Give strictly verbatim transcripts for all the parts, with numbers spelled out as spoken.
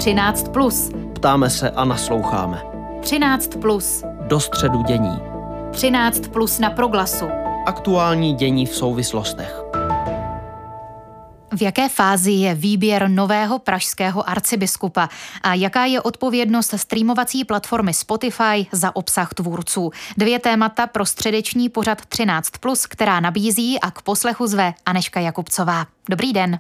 třináct plus. Ptáme se a nasloucháme. třináct plus. Do středu dění. třináct plus na Proglasu. Aktuální dění v souvislostech. V jaké fázi je výběr nového pražského arcibiskupa a jaká je odpovědnost streamovací platformy Spotify za obsah tvůrců? Dvě témata pro středeční pořad třináct plus, která nabízí a k poslechu zve Anežka Jakubcová. Dobrý den.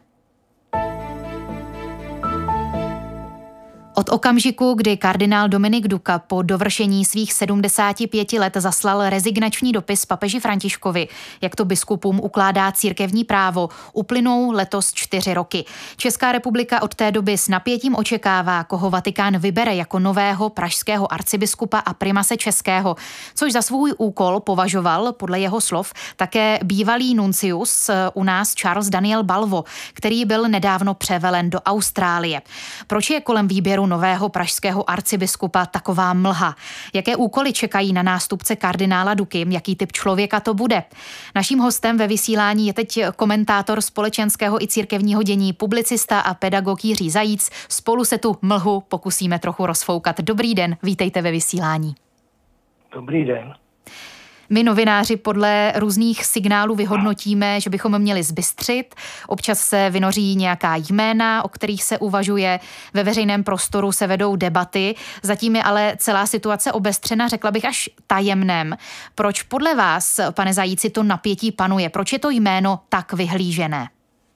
Od okamžiku, kdy kardinál Dominik Duka po dovršení svých sedmdesáti pěti let zaslal rezignační dopis papeži Františkovi, jak to biskupům ukládá církevní právo, uplynou letos čtyři roky. Česká republika od té doby s napětím očekává, koho Vatikán vybere jako nového pražského arcibiskupa a primase českého, což za svůj úkol považoval, podle jeho slov, také bývalý nuncius u nás Charles Daniel Balvo, který byl nedávno převelen do Austrálie. Proč je kolem výběru nového pražského arcibiskupa taková mlha? Jaké úkoly čekají na nástupce kardinála Duky? Jaký typ člověka to bude? Naším hostem ve vysílání je teď komentátor společenského i církevního dění, publicista a pedagog Jiří Zajíc. Spolu se tu mlhu pokusíme trochu rozfoukat. Dobrý den, vítejte ve vysílání. Dobrý den. My novináři podle různých signálů vyhodnotíme, že bychom měli zbystřit. Občas se vynoří nějaká jména, o kterých se uvažuje. Ve veřejném prostoru se vedou debaty. Zatím je ale celá situace obestřena, řekla bych, až tajemnem. Proč podle vás, pane Zajíci, to napětí panuje? Proč je to jméno tak vyhlížené?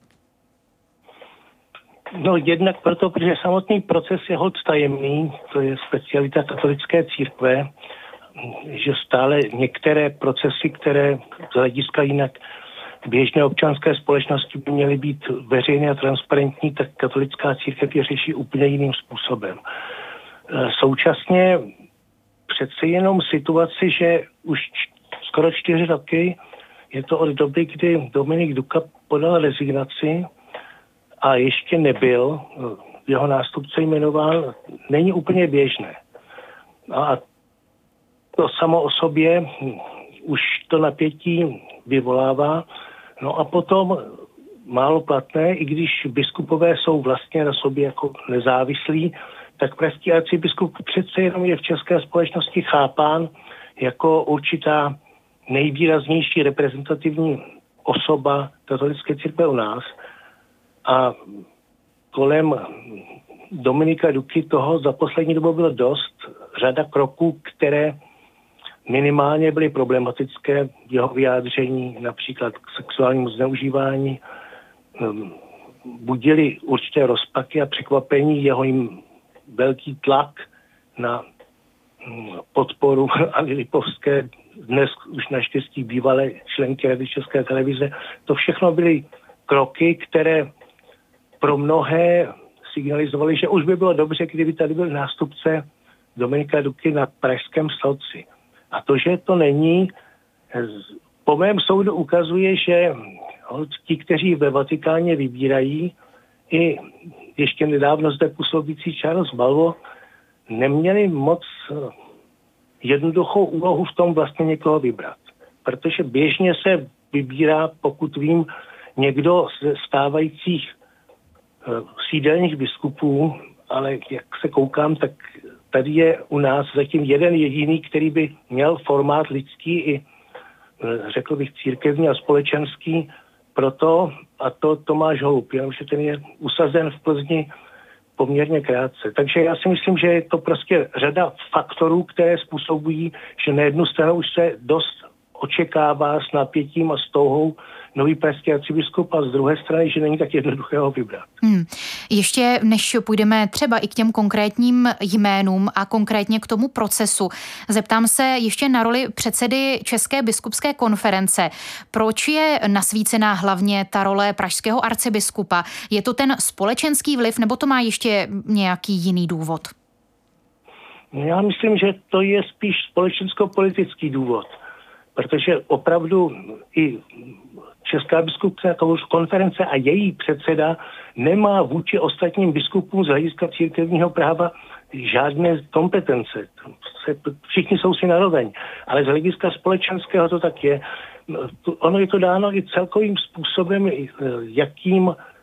No jednak proto, protože samotný proces je holt tajemný, to je specialita katolické církve, že stále některé procesy, které z hlediska jinak běžné občanské společnosti by měly být veřejné a transparentní, tak katolická církev je řeší úplně jiným způsobem. Současně přece jenom situaci, že už skoro čtyři roky, je to od doby, kdy Dominik Duka podal rezignaci a ještě nebyl jeho nástupce jmenován, není úplně běžné. A to samo o sobě už to napětí vyvolává. No a potom málo platné, i když biskupové jsou vlastně na sobě jako nezávislí, tak pražský arcibiskup přece jenom je v české společnosti chápán jako určitá nejvýraznější reprezentativní osoba katolické církve u nás. A kolem Dominika Duky toho za poslední dobu bylo dost. Řada kroků, které minimálně byly problematické, jeho vyjádření například k sexuálnímu zneužívání, budili určité rozpaky a překvapení, jeho jim velký tlak na podporu Anny Lipovské, dnes už naštěstí bývalé členky Rady České televize. To všechno byly kroky, které pro mnohé signalizovaly, že už by bylo dobře, kdyby tady byl nástupce Dominika Duky na pražském Slotci. A to, že to není, po mém soudu ukazuje, že ti, kteří ve Vatikáně vybírají, i ještě nedávno zde působící Charles Balvo, neměli moc jednoduchou úlohu v tom vlastně někoho vybrat. Protože běžně se vybírá, pokud vím, někdo ze stávajících sídelních biskupů, ale jak se koukám, tak tady je u nás zatím jeden jediný, který by měl formát lidský i, řekl bych, církevní a společenský, proto, a to Tomáš Holub, jenomže ten je usazen v Plzni poměrně krátce. Takže já si myslím, že je to prostě řada faktorů, které způsobují, že na jednu stranu už se dost očekává s napětím a s touhou nový pražský arcibiskup a z druhé strany, že není tak jednoduché ho vybrat. Hmm. Ještě než půjdeme třeba i k těm konkrétním jménům a konkrétně k tomu procesu, zeptám se ještě na roli předsedy České biskupské konference. Proč je nasvícená hlavně ta role pražského arcibiskupa? Je to ten společenský vliv, nebo to má ještě nějaký jiný důvod? Já myslím, že to je spíš společensko-politický důvod, protože opravdu i Česká biskupská konference a její předseda nemá vůči ostatním biskupům z hlediska církevního práva žádné kompetence. Všichni jsou si naroveň, ale z hlediska společenského to tak je. Ono je to dáno i celkovým způsobem, jakým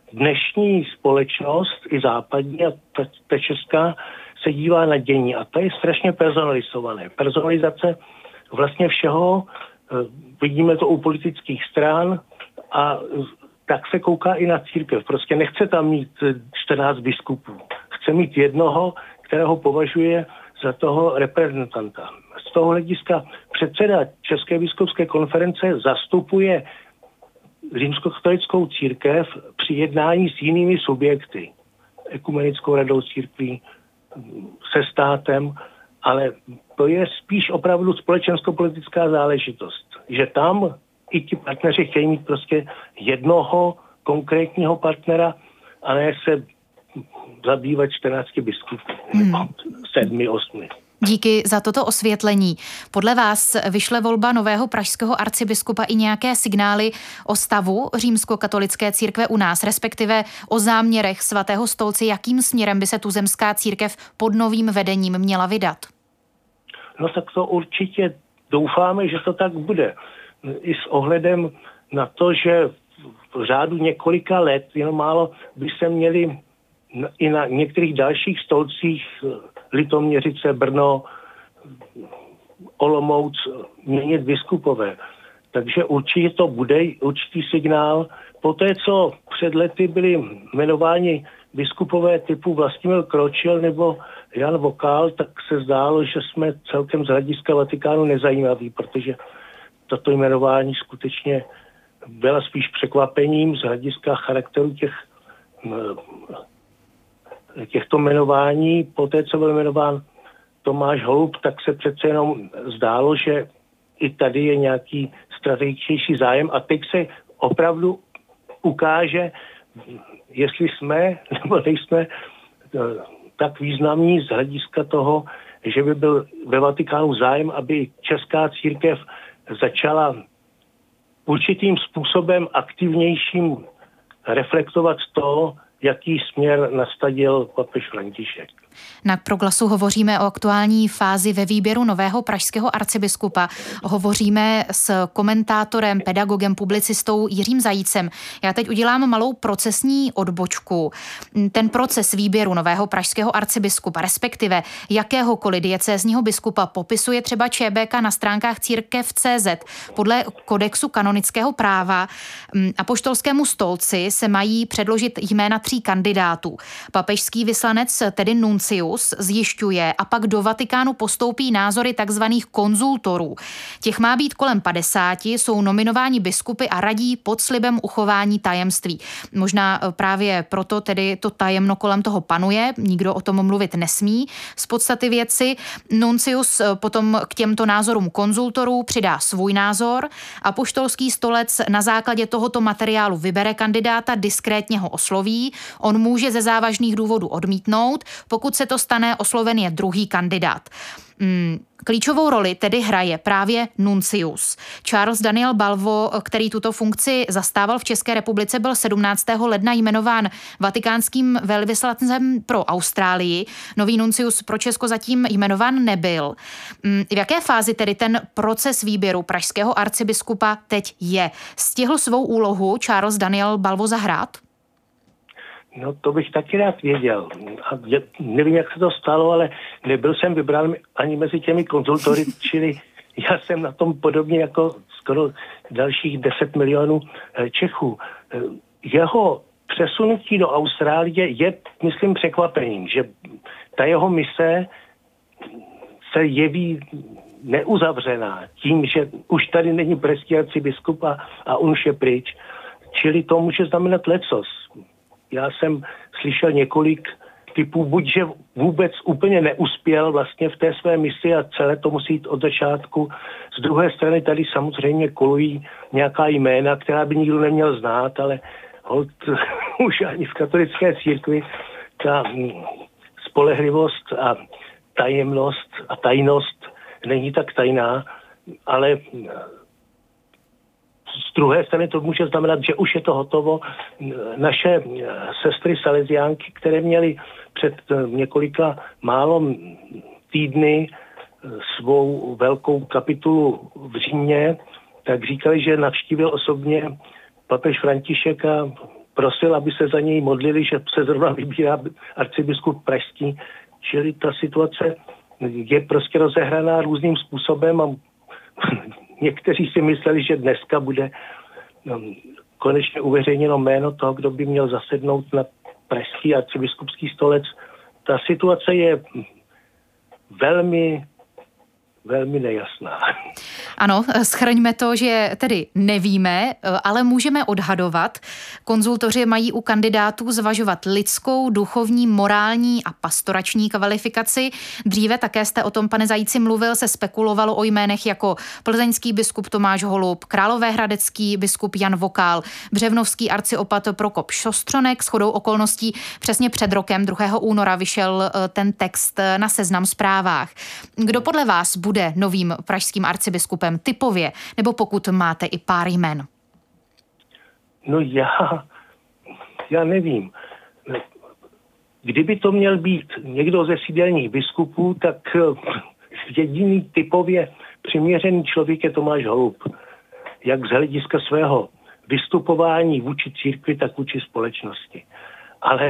dnešní společnost, i západní a ta, ta česká, se dívá na dění a to je strašně personalizované. Personalizace vlastně všeho, vidíme to u politických stran a tak se kouká i na církev. Prostě nechce tam mít čtrnáct biskupů. Chce mít jednoho, kterého považuje za toho reprezentanta. Z toho hlediska předseda České biskupské konference zastupuje římskokatolickou církev při jednání s jinými subjekty. Ekumenickou radou církví, se státem, ale to je spíš opravdu společensko-politická záležitost. Že tam i ti partneři chtějí mít prostě jednoho konkrétního partnera a ne se zabývat čtrnácti biskupy, hmm. nebo sedmi, osmi. Díky za toto osvětlení. Podle vás vyšle volba nového pražského arcibiskupa i nějaké signály o stavu římskokatolické církve u nás, respektive o záměrech Svatého stolce, jakým směrem by se tuzemská církev pod novým vedením měla vydat? No tak to určitě doufáme, že to tak bude. I s ohledem na to, že v řádu několika let, jenom málo, by se měli i na některých dalších stolcích Litoměřice, Brno, Olomouc měnit biskupové. Takže určitě to bude určitý signál. Poté, co před lety byli jmenováni biskupové typu Vlastimil Kročil nebo Jan Vokál, tak se zdálo, že jsme celkem z hlediska Vatikánu nezajímaví, protože toto jmenování skutečně byla spíš překvapením z hlediska charakteru těch těchto jmenování. Poté, co byl jmenován Tomáš Holub, tak se přece jenom zdálo, že i tady je nějaký strategičtější zájem a teď se opravdu ukáže, jestli jsme nebo nejsme tak významní z hlediska toho, že by byl ve Vatikánu zájem, aby česká církev začala určitým způsobem aktivnějším reflektovat to, jaký směr nastavil papež František. Na Proglasu hovoříme o aktuální fázi ve výběru nového pražského arcibiskupa. Hovoříme s komentátorem, pedagogem, publicistou Jiřím Zajícem. Já teď udělám malou procesní odbočku. Ten proces výběru nového pražského arcibiskupa, respektive jakéhokoliv diecézního biskupa, popisuje třeba ČBK na stránkách církev tečka cé zet. Podle kodexu kanonického práva apoštolskému stolci se mají předložit jména tří kandidátů. Papežský vyslanec, tedy nuncius, zjišťuje a pak do Vatikánu postoupí názory takzvaných konzultorů. Těch má být kolem padesáti, jsou nominováni biskupy a radí pod slibem uchování tajemství. Možná právě proto tedy to tajemno kolem toho panuje, nikdo o tom mluvit nesmí. Z podstaty věci nuncius potom k těmto názorům konzultorů přidá svůj názor. Apoštolský stolec na základě tohoto materiálu vybere kandidáta, diskrétně ho osloví. On může ze závažných důvodů odmítnout, pokud se to stane, osloven je druhý kandidát. Hmm, klíčovou roli tedy hraje právě nuncius. Charles Daniel Balvo, který tuto funkci zastával v České republice, byl sedmnáctého ledna jmenován vatikánským velvyslancem pro Austrálii. Nový nuncius pro Česko zatím jmenován nebyl. Hmm, v jaké fázi tedy ten proces výběru pražského arcibiskupa teď je? Stihl svou úlohu Charles Daniel Balvo zahrát? No to bych taky rád věděl. A nevím, jak se to stalo, ale nebyl jsem vybrán ani mezi těmi konzultory, čili já jsem na tom podobně jako skoro dalších deset milionů Čechů. Jeho přesunutí do Austrálie je, myslím, překvapením, že ta jeho mise se jeví neuzavřená tím, že už tady není pražský arcibiskup a, a on už je pryč. Čili to může znamenat lecos. Já jsem slyšel několik typů, buď že vůbec úplně neuspěl vlastně v té své misi a celé to musí jít od začátku. Z druhé strany tady samozřejmě kolují nějaká jména, která by nikdo neměl znát, ale hold, už ani v katolické církvi ta spolehlivost a tajemnost a tajnost není tak tajná, ale z druhé strany to může znamenat, že už je to hotovo. Naše sestry Salesiánky, které měly před několika málo týdny svou velkou kapitulu v Římě, tak říkali, že navštívil osobně papež František a prosil, aby se za něj modlili, že se zrovna vybírá arcibiskup pražský. Čili ta situace je prostě rozehraná různým způsobem a někteří si mysleli, že dneska bude konečně uveřejněno jméno toho, kdo by měl zasednout na pražský arcibiskupský stolec. Ta situace je velmi velmi nejasná. Ano, shrňme to, že tedy nevíme, ale můžeme odhadovat. Konzultoři mají u kandidátů zvažovat lidskou, duchovní, morální a pastorační kvalifikaci. Dříve také jste o tom, pane Zajíci, mluvil, se spekulovalo o jménech jako plzeňský biskup Tomáš Holub, královéhradecký biskup Jan Vokál, břevnovský arciopat Prokop Šostřonek. Shodou okolností přesně před rokem, druhého února, vyšel ten text na Seznam Zprávách. Kdo podle vás bude novým pražským arcibiskupem typově, nebo pokud máte i pár jmen? No já, já nevím. Kdyby to měl být někdo ze sídelních biskupů, tak jediný typově přiměřený člověk je Tomáš Holub. Jak z hlediska svého vystupování vůči církvi, tak vůči společnosti. Ale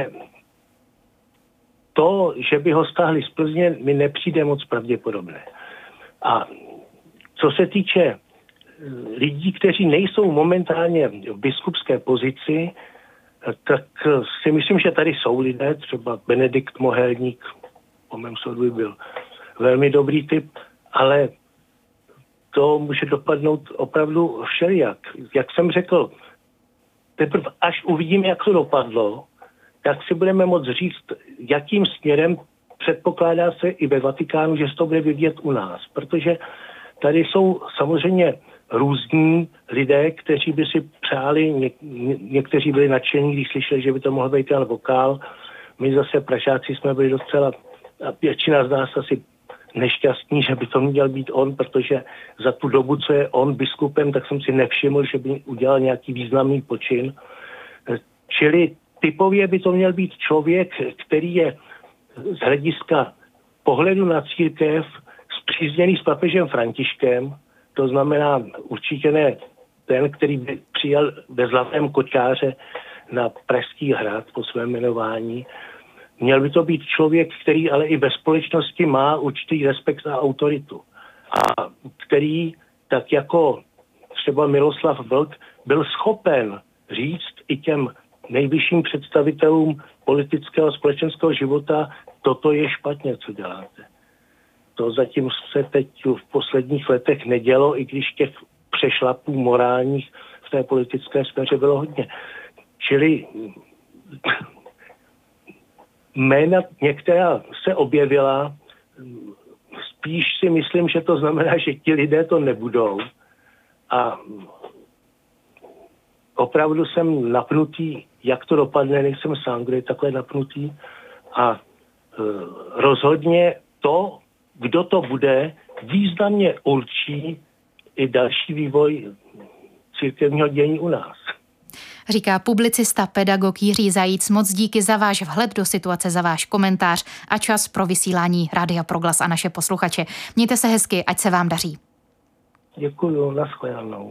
to, že by ho stáhli z Plzně, mi nepřijde moc pravděpodobné. A co se týče lidí, kteří nejsou momentálně v biskupské pozici, tak si myslím, že tady jsou lidé, třeba Benedikt Mohelník, po mém soudu by byl velmi dobrý typ, ale to může dopadnout opravdu všelijak. Jak jsem řekl, teprve až uvidíme, jak to dopadlo, tak si budeme moct říct, jakým směrem předpokládá se i ve Vatikánu, že se to bude vyvíjet u nás. Protože tady jsou samozřejmě různí lidé, kteří by si přáli, ně, někteří byli nadšení, když slyšeli, že by to mohl být Jan Vokál. My zase Pražáci jsme byli docela, a většina z nás asi nešťastní, že by to měl být on, protože za tu dobu, co je on biskupem, tak jsem si nevšiml, že by udělal nějaký významný počin. Čili typově by to měl být člověk, který je z hlediska pohledu na církev spřízněný s papežem Františkem, to znamená určitě ne ten, který by přijel ve zlatém kočáře na Pražský hrad po svém jmenování. Měl by to být člověk, který ale i ve společnosti má určitý respekt a autoritu. A který, tak jako třeba Miloslav Vlk, byl schopen říct i těm nejvyšším představitelům politického a společenského života, toto je špatně, co děláte. To zatím se teď v posledních letech nedělo, i když těch přešlapů morálních v té politické sféře bylo hodně. Čili jména některá se objevila, spíš si myslím, že to znamená, že ti lidé to nebudou. A opravdu jsem napnutý, jak to dopadne, nejsem sám, kdo je takhle napnutý. A e, rozhodně to, kdo to bude, významně určí i další vývoj církevního dění u nás. Říká publicista, pedagog Jiří Zajíc. Moc díky za váš vhled do situace, za váš komentář a čas pro vysílání Rádia Proglas a naše posluchače. Mějte se hezky, ať se vám daří. Děkuju, nashledanou.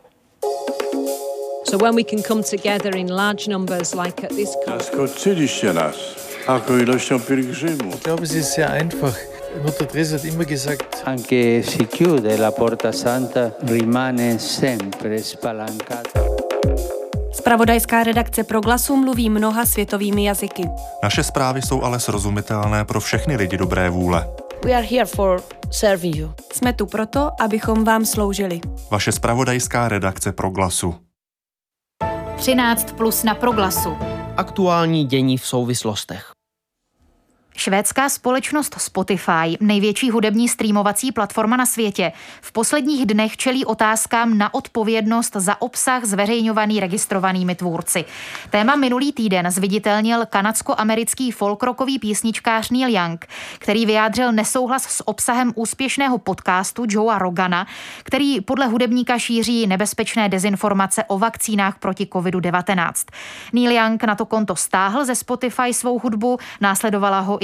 So when we can come together in large numbers like at this conference. Ich glaube, es ist sehr einfach. Mutter Teresa hat immer gesagt, anche si chiude la porta santa rimane sempre spalancata. Zpravodajská redakce Proglasu mluví mnoha světovými jazyky. Naše zprávy jsou ale srozumitelné pro všechny lidi dobré vůle. We are here for serving you. Jsme tu proto, abychom vám sloužili. Vaše zpravodajská redakce Proglasu. třináct plus na Proglasu. Aktuální dění v souvislostech. Švédská společnost Spotify, největší hudební streamovací platforma na světě, v posledních dnech čelí otázkám na odpovědnost za obsah zveřejňovaný registrovanými tvůrci. Téma minulý týden zviditelnil kanadsko-americký folkrockový písničkář Neil Young, který vyjádřil nesouhlas s obsahem úspěšného podcastu Joea Rogana, který podle hudebníka šíří nebezpečné dezinformace o vakcínách proti kovidu devatenáct. Neil Young na to konto stáhl ze Spotify svou hudbu, následovala ho i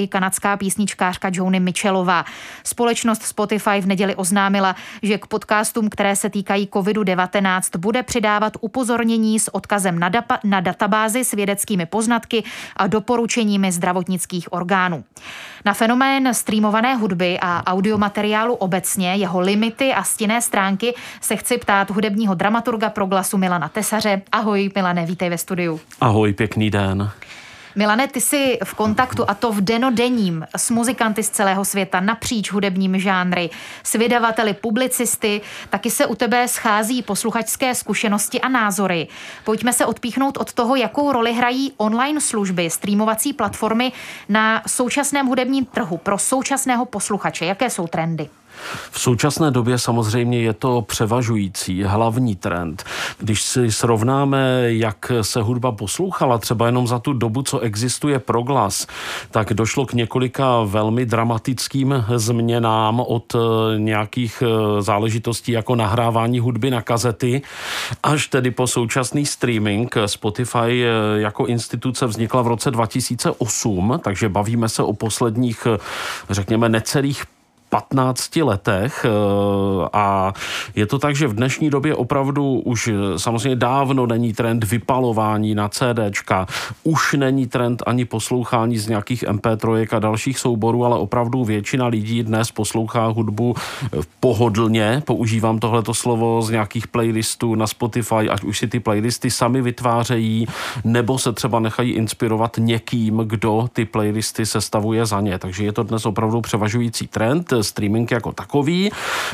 i kanadská písničkářka Joni Mitchellová. Společnost Spotify v neděli oznámila, že k podcastům, které se týkají kovid devatenáct, bude přidávat upozornění s odkazem na, dapa- na databázi s vědeckými poznatky a doporučeními zdravotnických orgánů. Na fenomén streamované hudby a audiomateriálu obecně, jeho limity a stinné stránky se chci ptát hudebního dramaturga Proglasu Milana Tesaře. Ahoj Milane, vítej ve studiu. Ahoj, pěkný den. Milane, ty jsi v kontaktu, a to v denodenním, s muzikanty z celého světa napříč hudebními žánry, s vydavateli, publicisty, taky se u tebe schází posluchačské zkušenosti a názory. Pojďme se odpíchnout od toho, jakou roli hrají online služby, streamovací platformy na současném hudebním trhu pro současného posluchače. Jaké jsou trendy? V současné době samozřejmě je to převažující hlavní trend. Když si srovnáme, jak se hudba poslouchala třeba jenom za tu dobu, co existuje Proglas, tak došlo k několika velmi dramatickým změnám od nějakých záležitostí jako nahrávání hudby na kazety, až tedy po současný streaming. Spotify jako instituce vznikla v roce dva tisíce osm, takže bavíme se o posledních, řekněme, necelých patnácti letech a je to tak, že v dnešní době opravdu už samozřejmě dávno není trend vypalování na CDčka, už není trend ani poslouchání z nějakých em pé tři a dalších souborů, ale opravdu většina lidí dnes poslouchá hudbu pohodlně, používám tohleto slovo, z nějakých playlistů na Spotify, ať už si ty playlisty sami vytvářejí, nebo se třeba nechají inspirovat někým, kdo ty playlisty sestavuje za ně. Takže je to dnes opravdu převažující trend, streaming jako takový,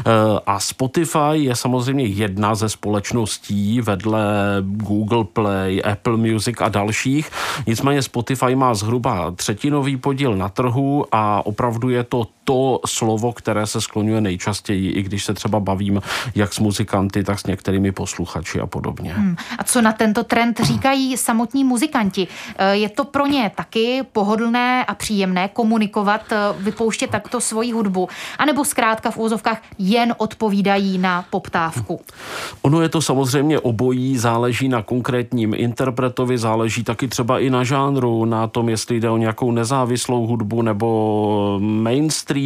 a Spotify je samozřejmě jedna ze společností vedle Google Play, Apple Music a dalších. Nicméně Spotify má zhruba třetinový podíl na trhu a opravdu je to to slovo, které se skloňuje nejčastěji, i když se třeba bavím jak s muzikanty, tak s některými posluchači a podobně. Hmm. A co na tento trend říkají samotní muzikanti? Je to pro ně taky pohodlné a příjemné komunikovat, vypouštět takto svoji hudbu? A nebo zkrátka v úvozovkách jen odpovídají na poptávku? Ono je to samozřejmě obojí, záleží na konkrétním interpretovi, záleží taky třeba i na žánru, na tom, jestli jde o nějakou nezávislou hudbu nebo mainstream.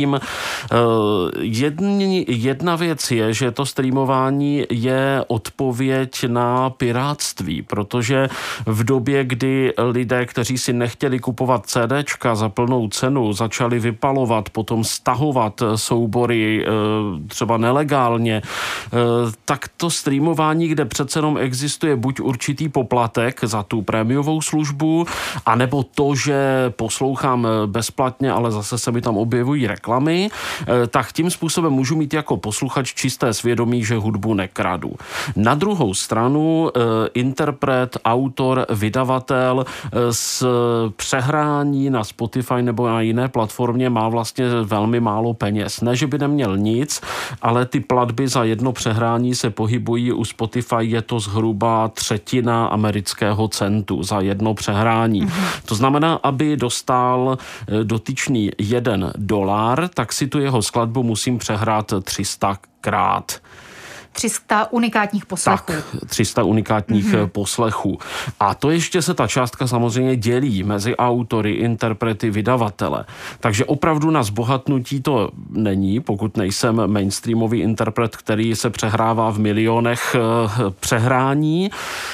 Jedni, jedna věc je, že to streamování je odpověď na pirátství, protože v době, kdy lidé, kteří si nechtěli kupovat CDčka za plnou cenu, začali vypalovat, potom stahovat soubory třeba nelegálně, tak to streamování, kde přece jenom existuje buď určitý poplatek za tu prémiovou službu, anebo to, že poslouchám bezplatně, ale zase se mi tam objevují reklamy, tak tím způsobem můžu mít jako posluchač čisté svědomí, že hudbu nekradu. Na druhou stranu interpret, autor, vydavatel z přehrání na Spotify nebo na jiné platformě má vlastně velmi málo peněz. Ne, že by neměl nic, ale ty platby za jedno přehrání se pohybují u Spotify, je to zhruba třetina amerického centu za jedno přehrání. Mm-hmm. To znamená, aby dostal dotyčný jeden dolar, tak si tu jeho skladbu musím přehrát tři sta krát. tři sta unikátních poslechů. Tak, tři sta unikátních mm-hmm. poslechů. A to ještě se ta částka samozřejmě dělí mezi autory, interprety, vydavatele. Takže opravdu na zbohatnutí to není, pokud nejsem mainstreamový interpret, který se přehrává v milionech přehrání.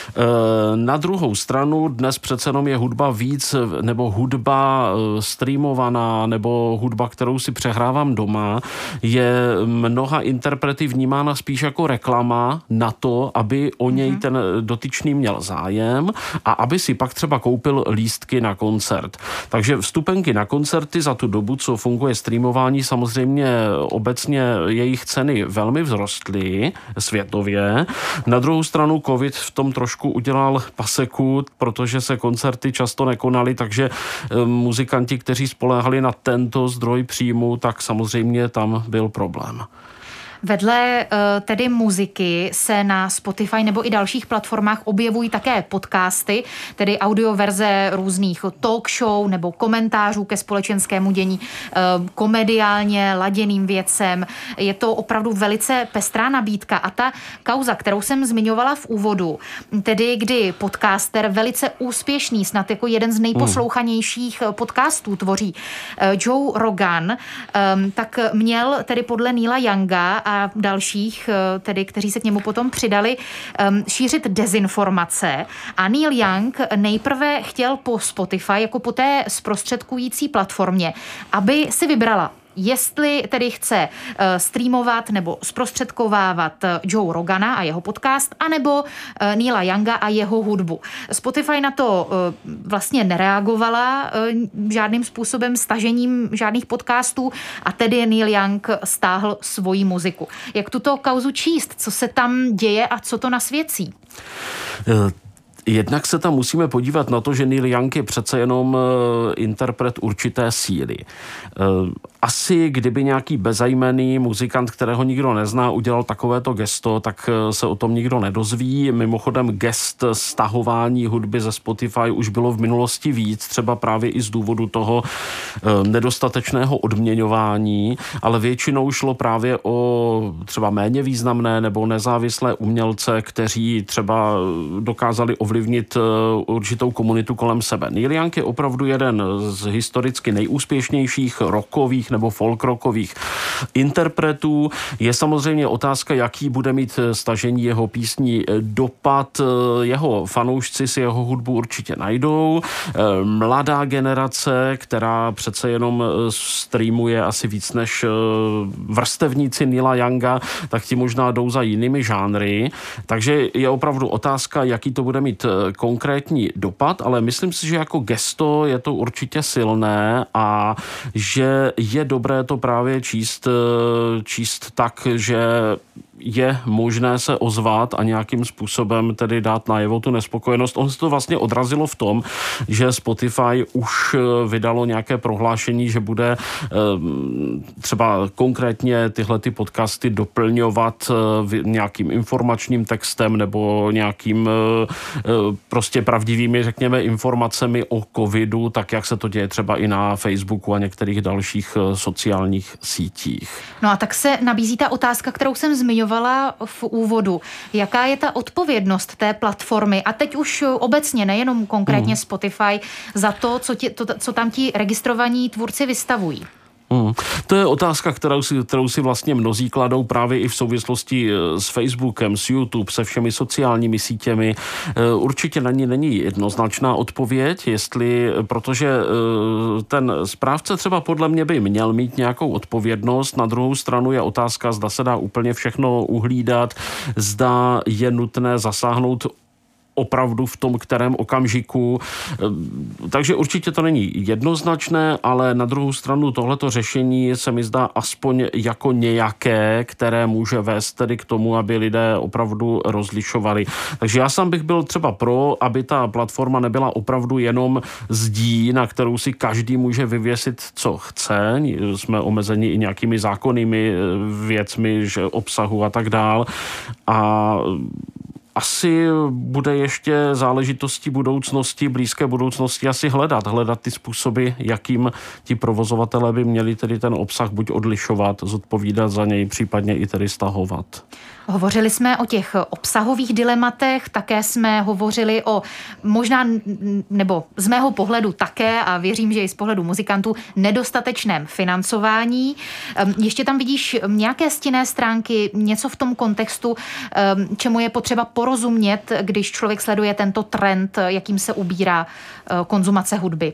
Na druhou stranu dnes přece jenom je hudba víc, nebo hudba streamovaná, nebo hudba, kterou si přehrávám doma, je mnoha interprety vnímána spíš jako reklama na to, aby o něj mm-hmm. ten dotyčný měl zájem a aby si pak třeba koupil lístky na koncert. Takže vstupenky na koncerty za tu dobu, co funguje streamování, samozřejmě obecně jejich ceny velmi vzrostly světově. Na druhou stranu covid v tom trošku udělal paseku, protože se koncerty často nekonaly, takže muzikanti, kteří spoléhali na tento zdroj příjmu, tak samozřejmě tam byl problém. Vedle tedy muziky se na Spotify nebo i dalších platformách objevují také podcasty, tedy audioverze různých talk show nebo komentářů ke společenskému dění, komediálně laděným věcem. Je to opravdu velice pestrá nabídka a ta kauza, kterou jsem zmiňovala v úvodu, tedy kdy podcaster velice úspěšný, snad jako jeden z nejposlouchanějších podcastů tvoří Joe Rogan, tak měl tedy podle Neila Younga a dalších, tedy, kteří se k němu potom přidali, šířit dezinformace. A Neil Young nejprve chtěl po Spotify, jako po té zprostředkující platformě, aby si vybrala, jestli tedy chce uh, streamovat nebo zprostředkovávat Joe Rogana a jeho podcast, anebo uh, Neila Younga a jeho hudbu. Spotify na to uh, vlastně nereagovala uh, žádným způsobem stažením žádných podcastů a tedy Neil Young stáhl svoji muziku. Jak tuto kauzu číst? Co se tam děje a co to nasvědčí? Uh. Jednak se tam musíme podívat na to, že Neil Young je přece jenom interpret určité síly. Asi kdyby nějaký bezejmenný muzikant, kterého nikdo nezná, udělal takovéto gesto, tak se o tom nikdo nedozví. Mimochodem gest stahování hudby ze Spotify už bylo v minulosti víc, třeba právě i z důvodu toho nedostatečného odměňování, ale většinou šlo právě o třeba méně významné nebo nezávislé umělce, kteří třeba dokázali ovlivnit určitou komunitu kolem sebe. Neil Young je opravdu jeden z historicky nejúspěšnějších rockových nebo folk rockových interpretů. Je samozřejmě otázka, jaký bude mít stažení jeho písní dopad. Jeho fanoušci si jeho hudbu určitě najdou. Mladá generace, která přece jenom streamuje asi víc než vrstevníci Neila Younga, tak ti možná jdou za jinými žánry. Takže je opravdu otázka, jaký to bude mít konkrétní dopad, ale myslím si, že jako gesto je to určitě silné a že je dobré to právě číst, číst tak, že je možné se ozvat a nějakým způsobem tedy dát najevo tu nespokojenost. On se to vlastně odrazilo v tom, že Spotify už vydalo nějaké prohlášení, že bude třeba konkrétně tyhle ty podcasty doplňovat nějakým informačním textem nebo nějakým prostě pravdivými, řekněme, informacemi o covidu, tak jak se to děje třeba i na Facebooku a některých dalších sociálních sítích. No a tak se nabízí ta otázka, kterou jsem zmiňovala v úvodu. Jaká je ta odpovědnost té platformy a teď už obecně, nejenom konkrétně mm. Spotify, za to, co, ti, to, co tam ti registrovaní tvůrci vystavují? Hmm. To je otázka, kterou si, kterou si vlastně mnozí kladou právě i v souvislosti s Facebookem, s YouTube, se všemi sociálními sítěmi. Určitě na ní není jednoznačná odpověď, jestli, protože ten správce třeba podle mě by měl mít nějakou odpovědnost. Na druhou stranu je otázka, zda se dá úplně všechno uhlídat, zda je nutné zasáhnout opravdu v tom kterém okamžiku. Takže určitě to není jednoznačné, ale na druhou stranu tohleto řešení se mi zdá aspoň jako nějaké, které může vést tedy k tomu, aby lidé opravdu rozlišovali. Takže já sám bych byl třeba pro, aby ta platforma nebyla opravdu jenom zdí, na kterou si každý může vyvěsit, co chce. Jsme omezeni i nějakými zákonnými věcmi, že obsahu a tak dál. A asi bude ještě záležitostí budoucnosti, blízké budoucnosti asi hledat. Hledat ty způsoby, jakým ti provozovatelé by měli tedy ten obsah buď odlišovat, zodpovídat za něj, případně i tedy stahovat. Hovořili jsme o těch obsahových dilematech, také jsme hovořili o možná, nebo z mého pohledu také, a věřím, že i z pohledu muzikantů, nedostatečném financování. Ještě tam vidíš nějaké stinné stránky, něco v tom kontextu, čemu je potřeba porozumět, když člověk sleduje tento trend, jakým se ubírá konzumace hudby?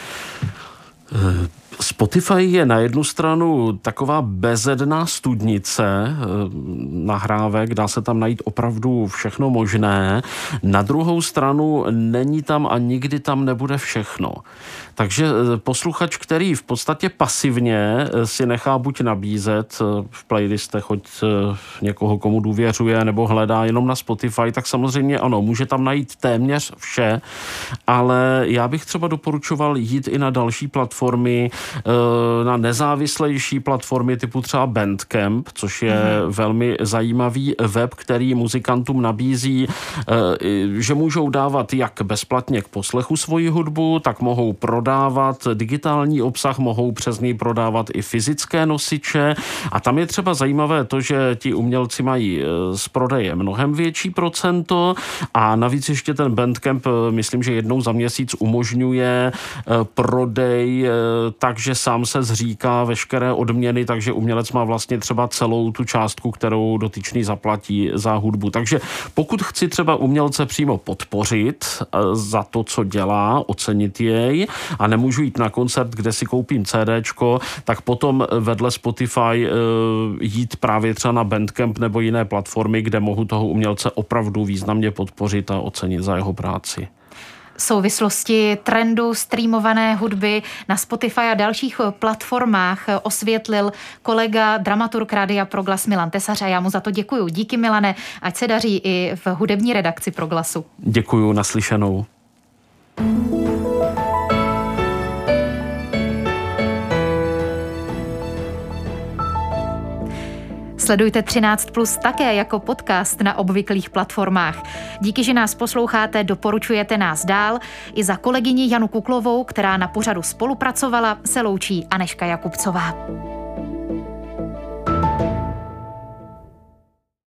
Spotify je na jednu stranu taková bezedná studnice nahrávek, dá se tam najít opravdu všechno možné. Na druhou stranu není tam a nikdy tam nebude všechno. Takže posluchač, který v podstatě pasivně si nechá buď nabízet v playlistech od někoho, komu důvěřuje, nebo hledá jenom na Spotify, tak samozřejmě ano, může tam najít téměř vše, ale já bych třeba doporučoval jít i na další platformy. na nezávislejší platformy typu třeba Bandcamp, což je mm. velmi zajímavý web, který muzikantům nabízí, že můžou dávat jak bezplatně k poslechu svoji hudbu, tak mohou prodávat digitální obsah, mohou přes něj prodávat i fyzické nosiče a tam je třeba zajímavé to, že ti umělci mají z prodeje mnohem větší procento a navíc ještě ten Bandcamp, myslím, že jednou za měsíc umožňuje prodej, takže sám se zříká veškeré odměny, takže umělec má vlastně třeba celou tu částku, kterou dotyčný zaplatí za hudbu. Takže pokud chci třeba umělce přímo podpořit za to, co dělá, ocenit jej a nemůžu jít na koncert, kde si koupím CDčko, tak potom vedle Spotify jít právě třeba na Bandcamp nebo jiné platformy, kde mohu toho umělce opravdu významně podpořit a ocenit za jeho práci. Souvislosti trendu streamované hudby na Spotify a dalších platformách osvětlil kolega dramaturg Rádia Proglas Milan Tesař a já mu za to děkuju. Díky, Milane, ať se daří i v hudební redakci Proglasu. Děkuju, naslyšenou. Sledujte třináct plus také jako podcast na obvyklých platformách. Díky, že nás posloucháte, doporučujete nás dál. I za kolegyni Janu Kuklovou, která na pořadu spolupracovala, se loučí Anežka Jakubcová.